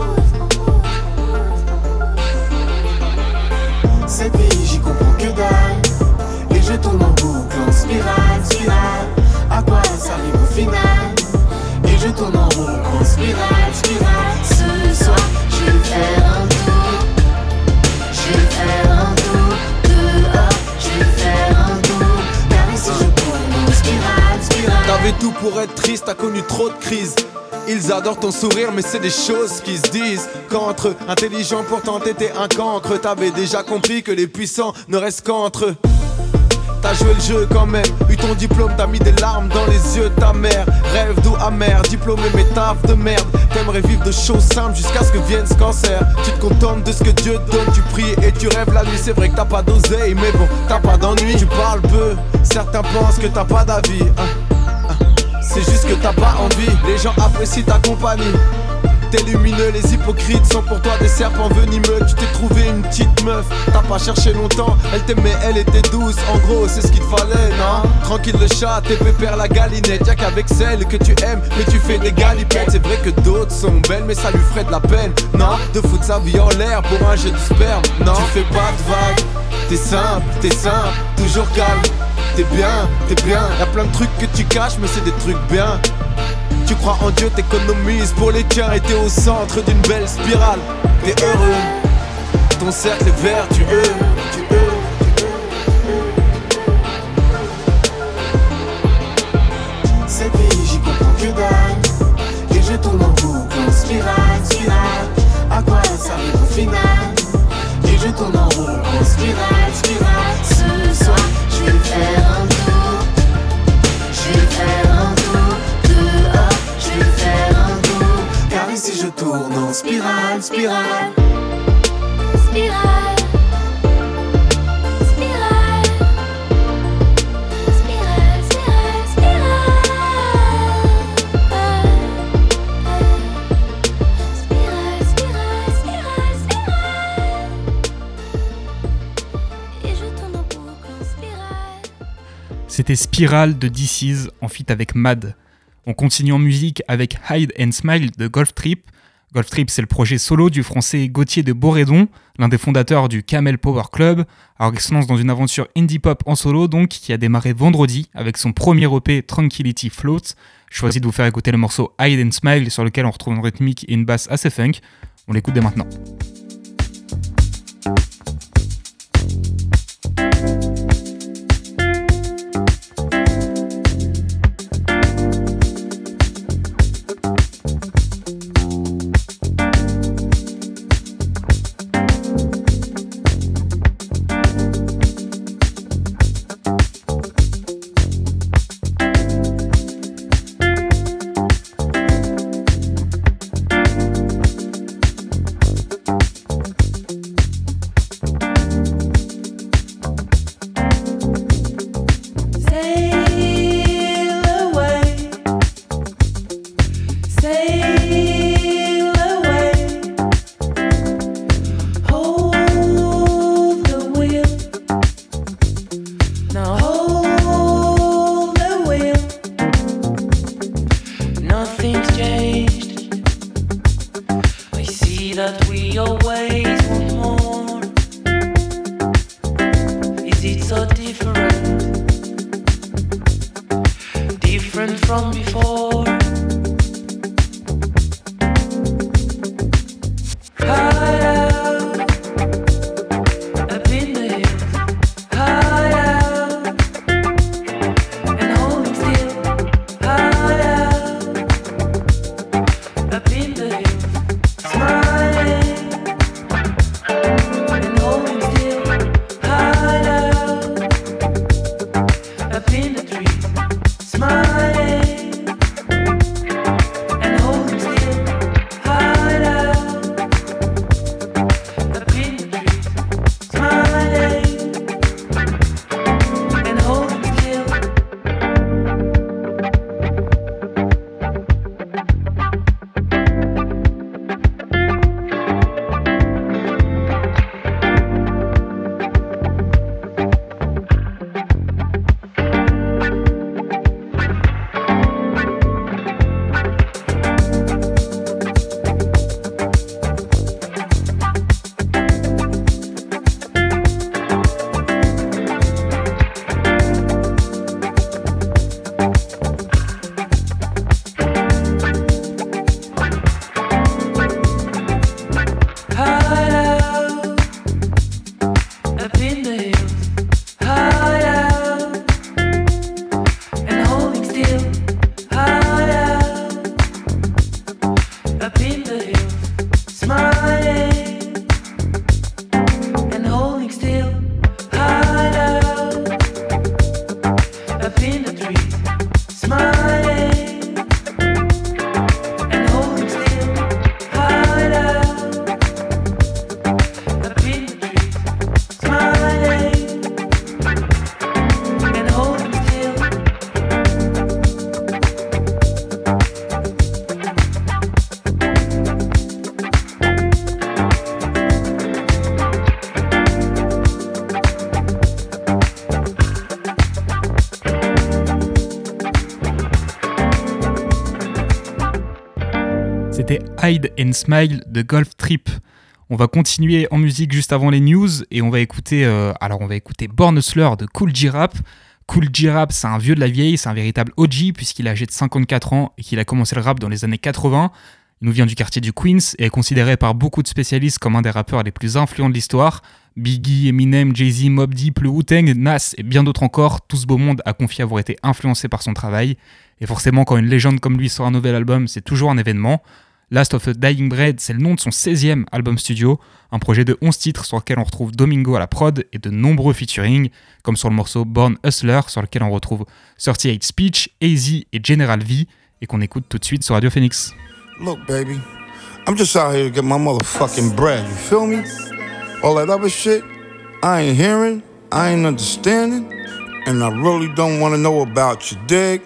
Cette vie j'y comprends que dalle. Et je tourne en boucle en spirale, spirale. À quoi ça arrive au final? Et je tourne en boucle en spirale, spirale. Ce soir je vais faire un tour. Je vais faire un tour dehors. Je vais faire un tour. Car ici je tourne en spirale, spirale. T'avais tout pour être triste, t'as connu trop de crises. Ils adorent ton sourire mais c'est des choses qui se disent. Qu'entre eux, intelligent pourtant t'étais un cancre. T'avais déjà compris que les puissants ne restent qu'entre eux. T'as joué le jeu quand même, eu ton diplôme, t'as mis des larmes dans les yeux de ta mère. Rêve d'eau amer, diplômé mais taf de merde. T'aimerais vivre de choses simples jusqu'à ce que vienne ce cancer. Tu te contentes de ce que Dieu te donne, tu pries et tu rêves la nuit. C'est vrai que t'as pas d'oseille mais bon, t'as pas d'ennui. Tu parles peu, certains pensent que t'as pas d'avis hein. C'est juste que t'as pas envie, les gens apprécient ta compagnie. T'es lumineux, les hypocrites sont pour toi des serpents venimeux. Tu t'es trouvé une petite meuf, t'as pas cherché longtemps. Elle t'aimait, elle était douce, en gros c'est ce qu'il te fallait, non? Tranquille le chat, t'es pépère la galinette. Y'a qu'avec celle que tu aimes, mais tu fais des galipettes. C'est vrai que d'autres sont belles, mais ça lui ferait de la peine, non? De foutre sa vie en l'air pour un jet de sperme, non? Tu fais pas de vagues, t'es simple, t'es simple, toujours calme. T'es bien, t'es bien, y'a plein de trucs que tu caches, mais c'est des trucs bien. Tu crois en Dieu, t'économises pour les tiens et t'es au centre d'une belle spirale. T'es heureux, ton cercle est vertueux. Tu veux. Cette vie j'y comprends que dalle. Et je tourne en boucle en spirale, spirale. À quoi ça arrive au final? Et je tourne en boucle en spirale, spirale. Ce soir je vais faire un tour. Je vais faire un tour dehors. Je vais faire un tour. Car ici je tourne en spirale, spirale. Spirale. C'était Spiral de D C's en feat avec Mad. On continue en musique avec Hide and Smile de Golf Trip. Golf Trip, c'est le projet solo du français Gauthier de Borédon, l'un des fondateurs du Camel Power Club. Alors il se lance dans une aventure indie pop en solo, donc, qui a démarré vendredi avec son premier E P Tranquility Float. Je choisis de vous faire écouter le morceau Hide and Smile, sur lequel on retrouve une rythmique et une basse assez funk. On l'écoute dès maintenant. C'était Hide and Smile de Golf Trip. On va continuer en musique juste avant les news et on va écouter, euh, alors on va écouter Born Hustler de Kool G Rap. Kool G Rap, c'est un vieux de la vieille, c'est un véritable O G puisqu'il est âgé de cinquante-quatre ans et qu'il a commencé le rap dans les années quatre-vingts. Il nous vient du quartier du Queens et est considéré par beaucoup de spécialistes comme un des rappeurs les plus influents de l'histoire. Biggie, Eminem, Jay-Z, Mobb Deep, le Wu-Tang, Nas et bien d'autres encore, tout ce beau monde a confié avoir été influencé par son travail. Et forcément, quand une légende comme lui sort un nouvel album, c'est toujours un événement. Last of a Dying Breed, c'est le nom de son seizième album studio, un projet de onze titres sur lequel on retrouve Domingo à la prod et de nombreux featuring, comme sur le morceau Born Hustler, sur lequel on retrouve thirty-eight Speech, A Z et General V, et qu'on écoute tout de suite sur Radio Phoenix. Look, baby, I'm just out here to get my motherfucking bread, you feel me? All that other shit, I ain't hearing, I ain't understanding, and I really don't want to know about you, dig?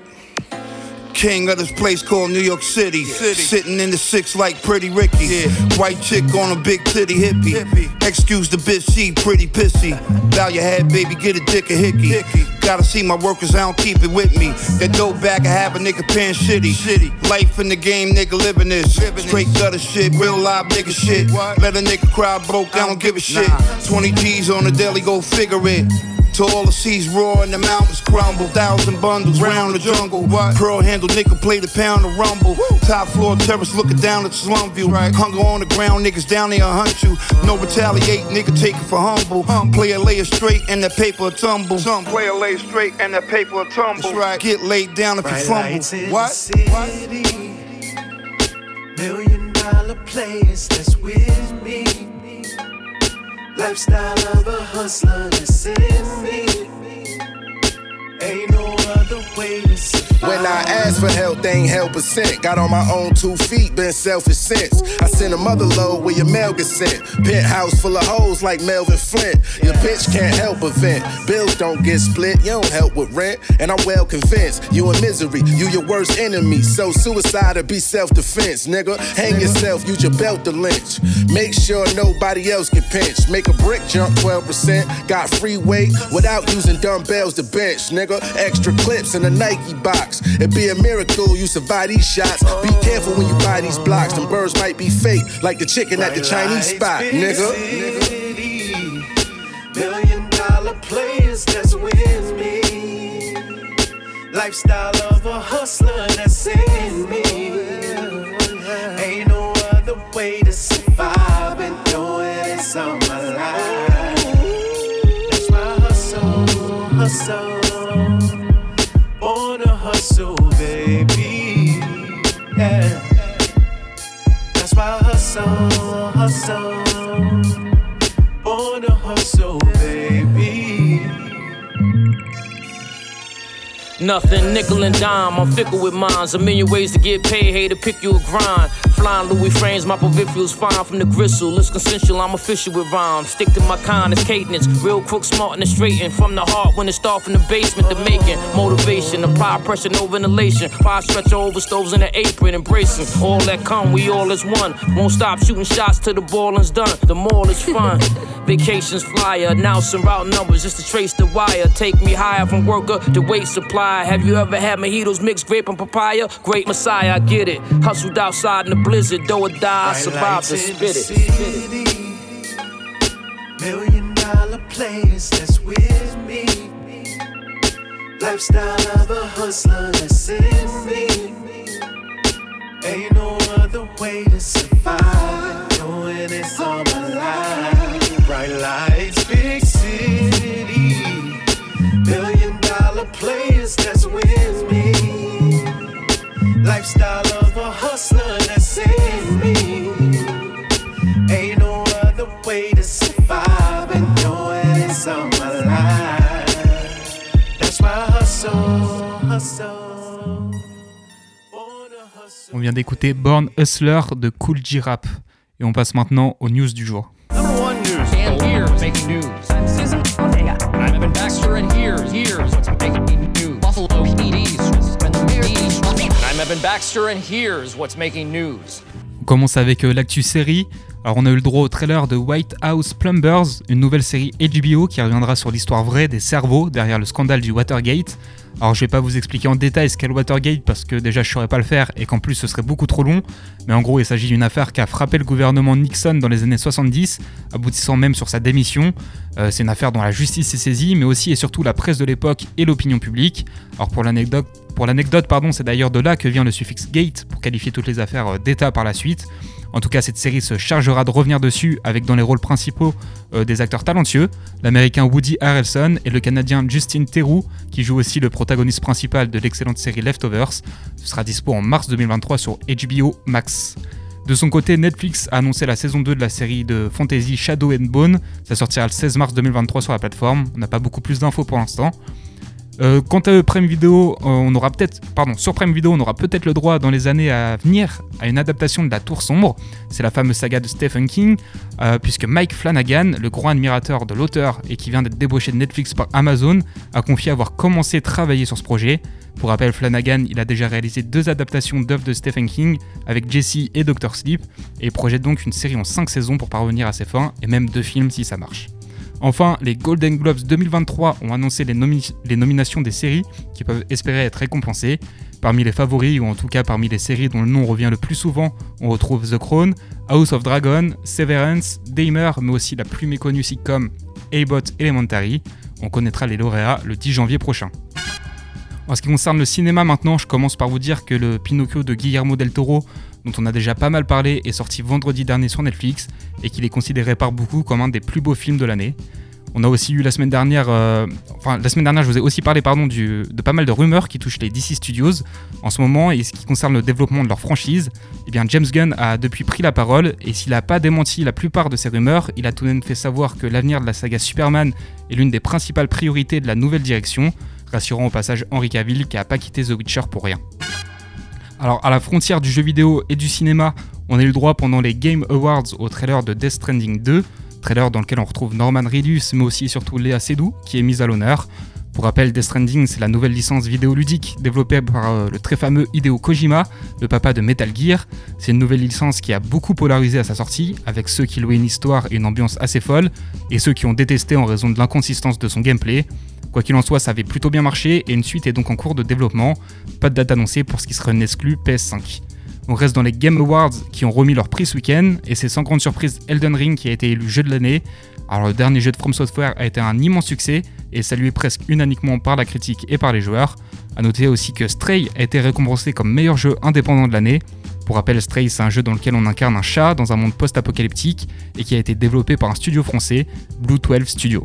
King of this place called New York City, City. Sitting in the six like Pretty Ricky, yeah. White chick on a big titty hippie. hippie Excuse the bitch, she pretty pissy. Bow your head, baby, get a dick a hickey. hickey. gotta see my workers, I don't keep it with me. That dope back, I have a nigga paying shitty. Shitty. Life in the game, nigga living this. Straight gutter shit, real live nigga shit. Let a nigga cry broke, I don't give a shit. twenty G's on the daily, go figure it. To all the seas roar and the mountains crumble. Thousand bundles round the jungle. What? Pearl handle nigga play the pound of rumble. Woo. Top floor terrace looking down at the slum view. Right. Hunger on the ground, niggas down there hunt you. No retaliate, nigga take it for humble. Hum. Player lay it straight and that paper tumble. Some player lay it straight and that paper tumble. That's right. Get laid down if Bright you fumble. lights in What? the city. What? Million dollar players that's with me. Lifestyle of a hustler that's in me. Ain't no other way to survive. When I ask for help, they ain't help a cent. Got on my own two feet, been selfish since. I sent a mother load where your mail gets sent. Penthouse full of hoes like Melvin Flint. Your bitch can't help but vent. Bills don't get split, you don't help with rent. And I'm well convinced, you in misery, you your worst enemy. So suicide or be self-defense, nigga. Hang yourself, use your belt to lynch. Make sure nobody else get pinched. Make a brick jump twelve percent. Got free weight without using dumbbells to bench, nigga. Extra clips in a Nike box. It'd be a miracle you survive these shots. Be careful when you buy these blocks. Them birds might be fake, like the chicken at the Chinese spot, nigga. City, million dollar players that's with me. Lifestyle of a hustler that's in me. Ain't no other way to survive. Been doing this all my life. That's why I hustle, hustle. On a hustle, baby. Yeah. That's why I hustle, hustle. On a hustle, baby. Nothing, nickel and dime, I'm fickle with mines. A million ways to get paid, hey, to pick you a grind. Flying Louis frames, my peripherals fine from the gristle. It's consensual, I'm official with rhymes. Stick to my kind, it's cadence. Real crook, smart and straighten. From the heart, when it start from the basement, the making. Motivation, apply pressure, no ventilation. Fire stretcher over stoves in the apron, embracing. All that come, we all as one. Won't stop shooting shots till the balling's done. The more is fun. Vacations flyer, announcing route numbers just to trace the wire. Take me higher from worker to weight supply. Have you ever had mojitos mixed grape and papaya? Great Messiah, I get it. Hustled outside in the blizzard, do or die, I survived to spit it. City, million dollar players that's with me. Lifestyle of a hustler that's in me. Ain't no other way to survive. Doing this all my life. Bright lights, big city. Million dollar players that's with me. Lifestyle of a hustler that's in me. Ain't no other way to survive. Been doing this all my life. That's why I hustle, hustle. On vient d'écouter Born Hustler de Kool G Rap. Et on passe maintenant aux news du jour. Number one news. And here's making news. I'm Evan Baxter, and here's here's what's making news. Buffalo P D's. I'm Evan Baxter, and here's what's making news. On commence avec euh, l'actu série. Alors on a eu le droit au trailer de White House Plumbers, une nouvelle série H B O qui reviendra sur l'histoire vraie des cerveaux derrière le scandale du Watergate. Alors je vais pas vous expliquer en détail ce qu'est le Watergate parce que déjà je saurais pas le faire et qu'en plus ce serait beaucoup trop long, mais en gros il s'agit d'une affaire qui a frappé le gouvernement Nixon dans les années soixante-dix, aboutissant même sur sa démission. Euh, c'est une affaire dont la justice est saisie, mais aussi et surtout la presse de l'époque et l'opinion publique. Alors pour l'anecdote, pour l'anecdote pardon, c'est d'ailleurs de là que vient le suffixe Gate pour qualifier toutes les affaires d'État par la suite. En tout cas, cette série se chargera de revenir dessus avec dans les rôles principaux euh, des acteurs talentueux, l'américain Woody Harrelson et le canadien Justin Theroux, qui joue aussi le protagoniste principal de l'excellente série Leftovers. Ce sera dispo en mars deux mille vingt-trois sur H B O Max. De son côté, Netflix a annoncé la saison deux de la série de fantasy Shadow and Bone. Ça sortira le seize mars deux mille vingt-trois sur la plateforme. On n'a pas beaucoup plus d'infos pour l'instant. Euh, quant à Prime Video, euh, on aura peut-être, pardon, sur Prime Video, on aura peut-être le droit dans les années à venir à une adaptation de La Tour Sombre. C'est la fameuse saga de Stephen King, euh, puisque Mike Flanagan, le grand admirateur de l'auteur et qui vient d'être débauché de Netflix par Amazon, a confié avoir commencé à travailler sur ce projet. Pour rappel, Flanagan, il a déjà réalisé deux adaptations d'œuvres de Stephen King avec Jesse et docteur Sleep, et il projette donc une série en cinq saisons pour parvenir à ses fins, et même deux films si ça marche. Enfin, les Golden Globes deux mille vingt-trois ont annoncé les, nomi- les nominations des séries qui peuvent espérer être récompensées. Parmi les favoris, ou en tout cas parmi les séries dont le nom revient le plus souvent, on retrouve The Crown, House of Dragon, Severance, Dahmer, mais aussi la plus méconnue sitcom Abbott Elementary. On connaîtra les lauréats le dix janvier prochain. En ce qui concerne le cinéma maintenant, je commence par vous dire que le Pinocchio de Guillermo del Toro, dont on a déjà pas mal parlé, est sorti vendredi dernier sur Netflix et qu'il est considéré par beaucoup comme un des plus beaux films de l'année. On a aussi eu la semaine dernière, euh, enfin la semaine dernière, je vous ai aussi parlé pardon, du, de pas mal de rumeurs qui touchent les D C Studios en ce moment, et ce qui concerne le développement de leur franchise, eh bien James Gunn a depuis pris la parole, et s'il n'a pas démenti la plupart de ces rumeurs, il a tout de même fait savoir que l'avenir de la saga Superman est l'une des principales priorités de la nouvelle direction, rassurant au passage Henry Cavill qui n'a pas quitté The Witcher pour rien. Alors à la frontière du jeu vidéo et du cinéma, on a eu le droit pendant les Game Awards au trailer de Death Stranding deux, trailer dans lequel on retrouve Norman Reedus mais aussi et surtout Léa Seydoux qui est mise à l'honneur. Pour rappel, Death Stranding, c'est la nouvelle licence vidéoludique développée par euh, le très fameux Hideo Kojima, le papa de Metal Gear. C'est une nouvelle licence qui a beaucoup polarisé à sa sortie, avec ceux qui louaient une histoire et une ambiance assez folle, et ceux qui ont détesté en raison de l'inconsistance de son gameplay. Quoi qu'il en soit, ça avait plutôt bien marché, et une suite est donc en cours de développement. Pas de date annoncée pour ce qui sera une exclue P S cinq. On reste dans les Game Awards qui ont remis leur prix ce week-end, et c'est sans grande surprise Elden Ring qui a été élu jeu de l'année. Alors le dernier jeu de From Software a été un immense succès et salué presque unanimement par la critique et par les joueurs. A noter aussi que Stray a été récompensé comme meilleur jeu indépendant de l'année. Pour rappel, Stray, c'est un jeu dans lequel on incarne un chat dans un monde post-apocalyptique et qui a été développé par un studio français, Blue douze Studio.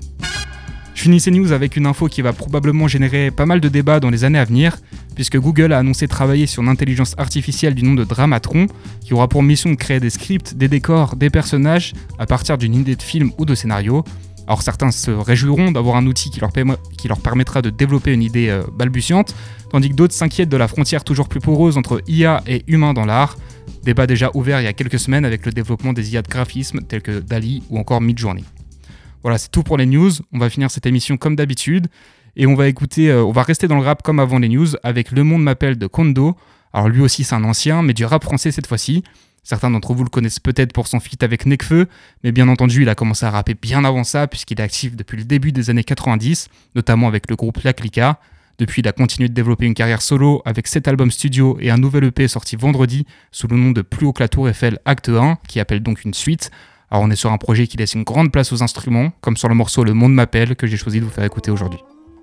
Je finis ces news avec une info qui va probablement générer pas mal de débats dans les années à venir, puisque Google a annoncé travailler sur une intelligence artificielle du nom de Dramatron, qui aura pour mission de créer des scripts, des décors, des personnages, à partir d'une idée de film ou de scénario. Alors certains se réjouiront d'avoir un outil qui leur, perm- qui leur permettra de développer une idée euh, balbutiante, tandis que d'autres s'inquiètent de la frontière toujours plus poreuse entre I A et humain dans l'art. Débat déjà ouvert il y a quelques semaines avec le développement des I A de graphisme tels que DALL-E ou encore Midjourney. Voilà, c'est tout pour les news. On va finir cette émission comme d'habitude et on va écouter, euh, on va rester dans le rap comme avant les news avec Le Monde m'appelle de Kondo. Alors lui aussi c'est un ancien, mais du rap français cette fois-ci. Certains d'entre vous le connaissent peut-être pour son feat avec Nekfeu, mais bien entendu il a commencé à rapper bien avant ça puisqu'il est actif depuis le début des années quatre-vingt-dix, notamment avec le groupe La Clica. Depuis, il a continué de développer une carrière solo avec sept albums studio et un nouvel E P sorti vendredi sous le nom de Plus haut que la tour Eiffel Acte un, qui appelle donc une suite. Alors on est sur un projet qui laisse une grande place aux instruments, comme sur le morceau Le Monde m'appelle que j'ai choisi de vous faire écouter aujourd'hui.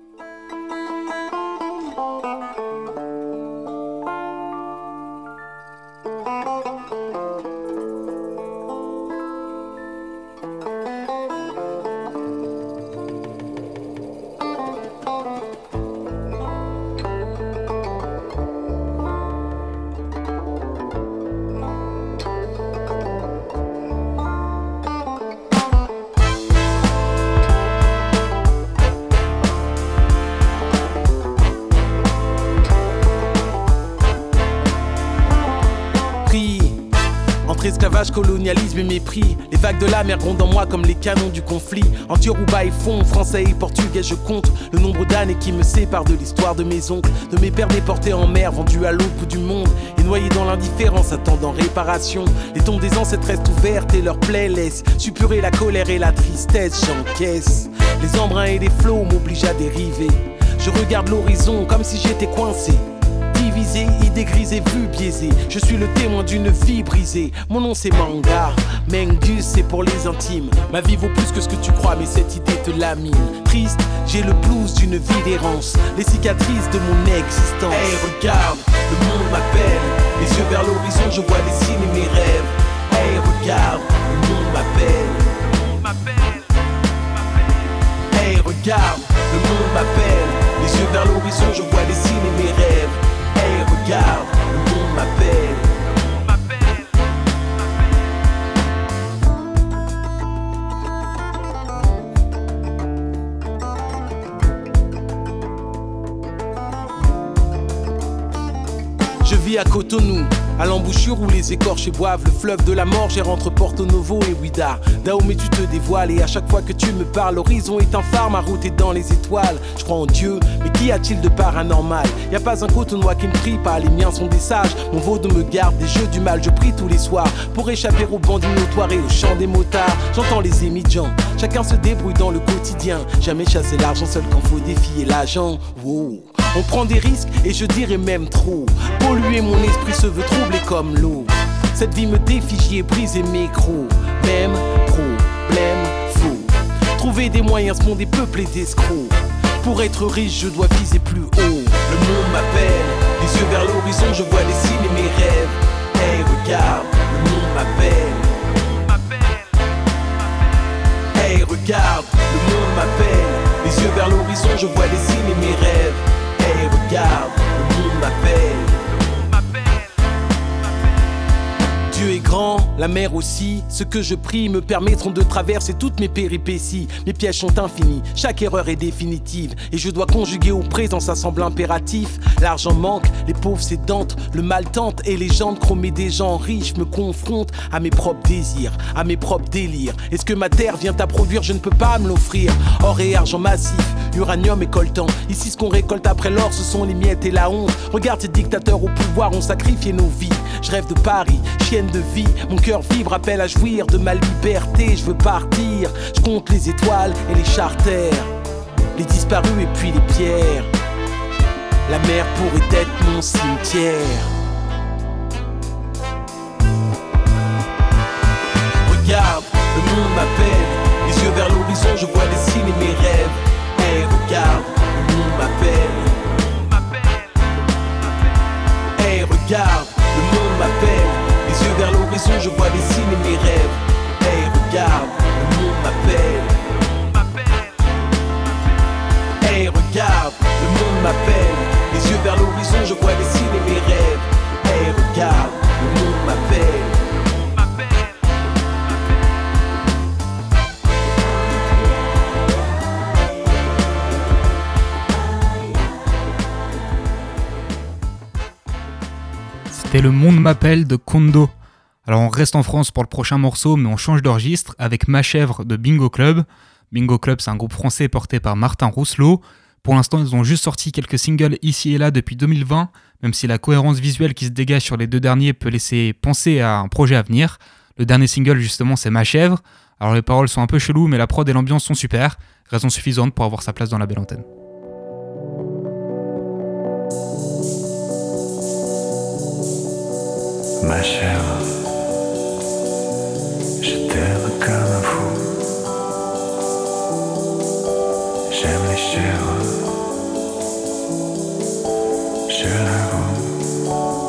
Esclavage, colonialisme et mépris. Les vagues de la mer grondent en moi comme les canons du conflit. Entre Yoruba et fond, français et portugais, je compte le nombre d'années qui me séparent de l'histoire de mes oncles, de mes pères déportés en mer, vendus à l'autre bout du monde et noyés dans l'indifférence, attendant réparation. Les tombes des ancêtres restent ouvertes et leurs plaies laissent suppurer la colère et la tristesse. J'encaisse les embruns et les flots m'obligent à dériver. Je regarde l'horizon comme si j'étais coincé. Divisé, idée grisée, vue biaisée. Je suis le témoin d'une vie brisée. Mon nom c'est Manga, Mengus c'est pour les intimes. Ma vie vaut plus que ce que tu crois, mais cette idée te lamine. Triste, j'ai le blues d'une vie d'errance, les cicatrices de mon existence. Hey regarde, le monde m'appelle. Les yeux vers l'horizon, je vois les signes et mes rêves. Hey regarde, le monde m'appelle. Hey regarde, le monde m'appelle. Les yeux vers l'horizon, je vois les signes et mes rêves. Hey regarde, le monde m'appelle. Je vis Vis à Cotonou, à l'embouchure où les écorchés boivent le fleuve de la mort, j'ai entre Porto Novo et Ouida. Dahomey tu te dévoiles et à chaque fois que tu me parles, l'horizon est un phare, ma route est dans les étoiles. Je crois en Dieu, mais qu'y a-t-il de paranormal? Y a pas un Cotonois qui me prie pas, les miens sont des sages. Mon vaudou me garde des jeux du mal, je prie tous les soirs pour échapper aux bandits notoires et au chant des motards. J'entends les émigrants, chacun se débrouille dans le quotidien. Jamais chasser l'argent seul quand faut défier l'agent. Wow. On prend des risques et je dirais même trop. Polluer mon esprit se veut troubler comme l'eau. Cette vie me défie, j'y ai brisé mes crocs. Même problème faux. Trouver des moyens, ce monde est peuplé d'escrocs. Pour être riche, je dois viser plus haut. Le monde m'appelle, les yeux vers l'horizon, je vois dessiner mes rêves. Hey, regarde, le monde m'appelle. Hey, regarde, le monde m'appelle. Les yeux vers l'horizon, je vois dessiner mes rêves. Hey, regarde, le monde m'appelle. Dieu est grand, la mer aussi. Ce que je prie me permettront de traverser toutes mes péripéties. Mes pièges sont infinis, chaque erreur est définitive. Et je dois conjuguer au présent, ça semble impératif. L'argent manque, les pauvres s'édentent, le mal tente et les gens chromés des gens riches me confrontent à mes propres désirs, à mes propres délires. Est-ce que ma terre vient à produire? Je ne peux pas me l'offrir. Or et argent massif, uranium et coltan. Ici ce qu'on récolte après l'or, ce sont les miettes et la honte. Regarde ces dictateurs au pouvoir ont sacrifié nos vies. Je rêve de Paris, chienne de vie. Mon cœur vibre, appelle à jouir de ma liberté. Je veux partir, je compte les étoiles et les charters, les disparus et puis les pierres. La mer pourrait être mon cimetière. Regarde, le monde m'appelle. Les yeux vers l'horizon, je vois dessiner mes rêves. Hey, regarde, le monde m'appelle. Hey, regarde, le monde m'appelle. Les yeux vers l'horizon, je vois dessiner mes rêves. Hey, regarde, le monde m'appelle. Hey, regarde, le monde m'appelle. Les yeux vers l'horizon, je vois dessiner mes rêves. Hey, regarde, le monde m'appelle. C'était Le Monde m'appelle de Kondo. Alors on reste en France pour le prochain morceau, mais on change de registre avec Ma Chèvre de Bingo Club. Bingo Club, c'est un groupe français porté par Martin Rousselot. Pour l'instant, ils ont juste sorti quelques singles ici et là depuis deux mille vingt, même si la cohérence visuelle qui se dégage sur les deux derniers peut laisser penser à un projet à venir. Le dernier single, justement, c'est Ma Chèvre. Alors les paroles sont un peu cheloues, mais la prod et l'ambiance sont super. Raison suffisante pour avoir sa place dans la belle antenne. Ma chèvre, je t'aime comme un fou. J'aime les chèvres, je l'avoue.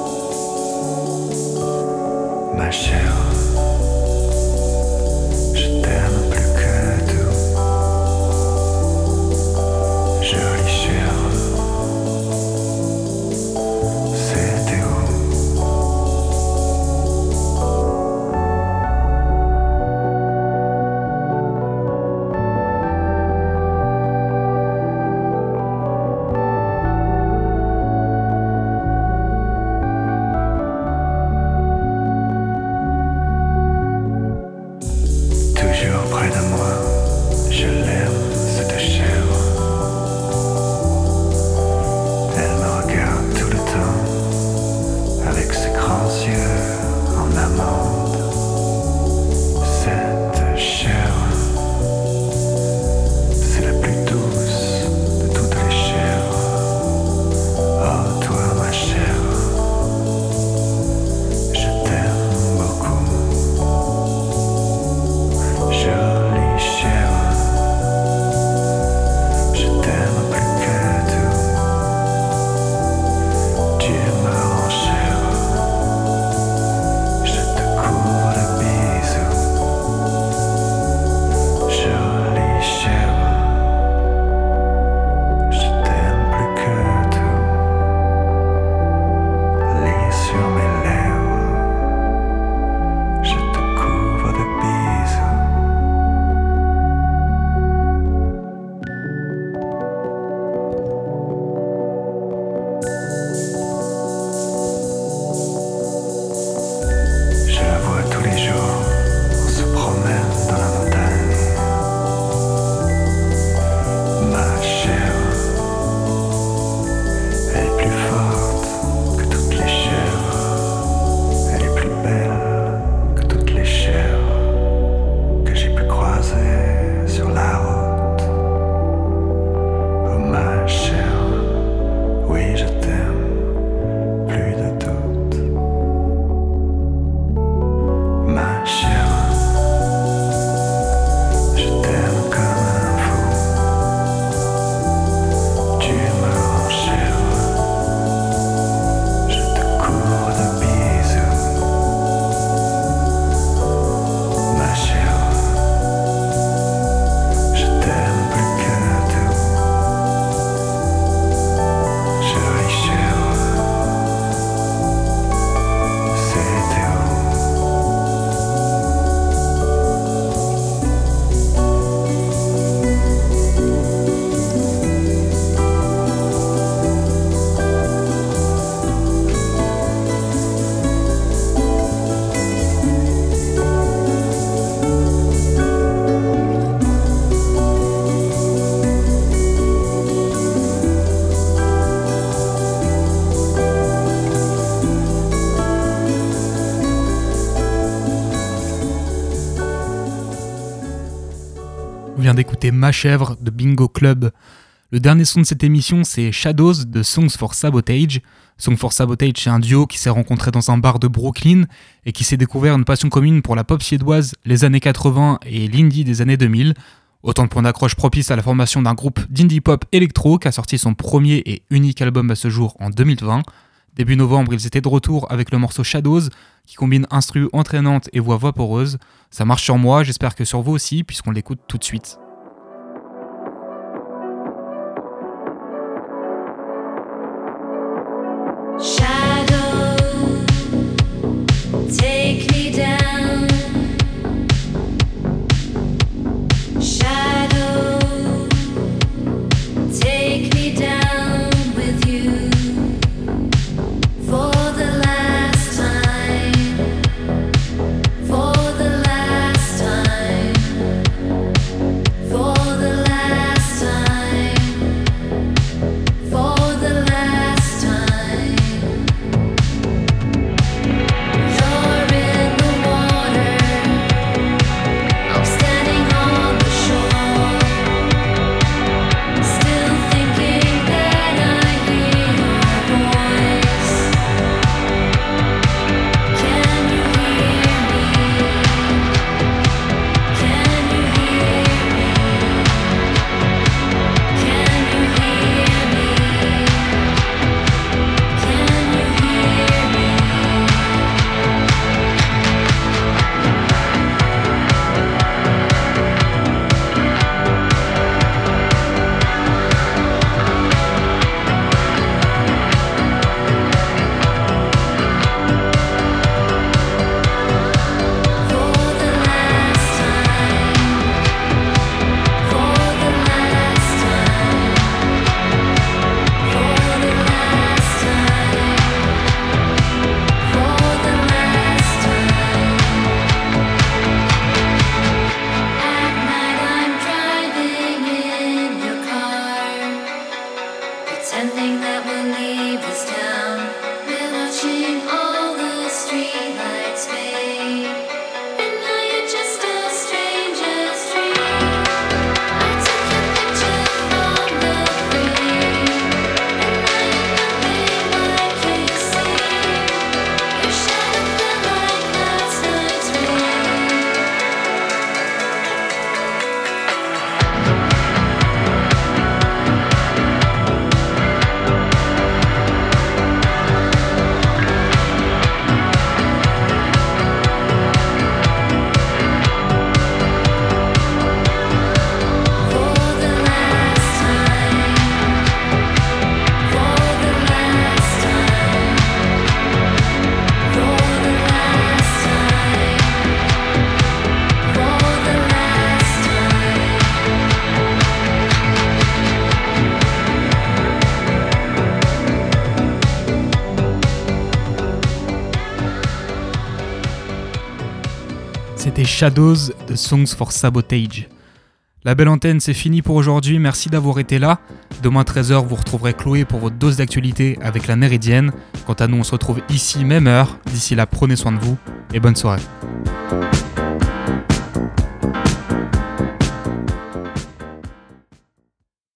Ma chèvre, je t'aime plus que tout. Jolie chèvre, c'était où? Oui, je t'aime, plus de doute. Ma chère, je t'aime comme un fou. Tu me rends chère, je te cours de bisous. Ma chère, je t'aime plus que tout. Jolie chère, c'était où? On vient d'écouter Ma Chèvre de Bingo Club. Le dernier son de cette émission, c'est Shadows de Songs for Sabotage. Songs for Sabotage, c'est un duo qui s'est rencontré dans un bar de Brooklyn et qui s'est découvert une passion commune pour la pop suédoise, les années quatre-vingts et l'indie des années deux mille. Autant de points d'accroche propices à la formation d'un groupe d'indie pop électro qui a sorti son premier et unique album à ce jour en deux mille vingt. Début novembre, ils étaient de retour avec le morceau Shadows qui combine instru entraînante et voix vaporeuse. Ça marche sur moi, j'espère que sur vous aussi, puisqu'on l'écoute tout de suite. Shadow, take me down. Shadow, take me down with you for the last time. For the last time. For the last time. For the last time. You're in the water. I'm standing on the shore. Still thinking that I hear your voice. Can you hear me? Can you hear me? Can you hear me? Can you hear me? For the last time. For the last time. For the last time. For the last time. At night I'm driving in your car, pretending that we'll leave this town. We're watching all the streetlights fade, and now you're just a stranger's dream. I took your picture from the frame, and now you're nothing like you seem. Your shadow felt like last night's rain. For the last time. For the last time. For the last time. For the last time. C'était Shadows de Songs for Sabotage. La belle antenne, c'est fini pour aujourd'hui, merci d'avoir été là. Demain treize heures, vous retrouverez Chloé pour votre dose d'actualité avec la Méridienne. Quant à nous, on se retrouve ici, même heure. D'ici là, prenez soin de vous et bonne soirée.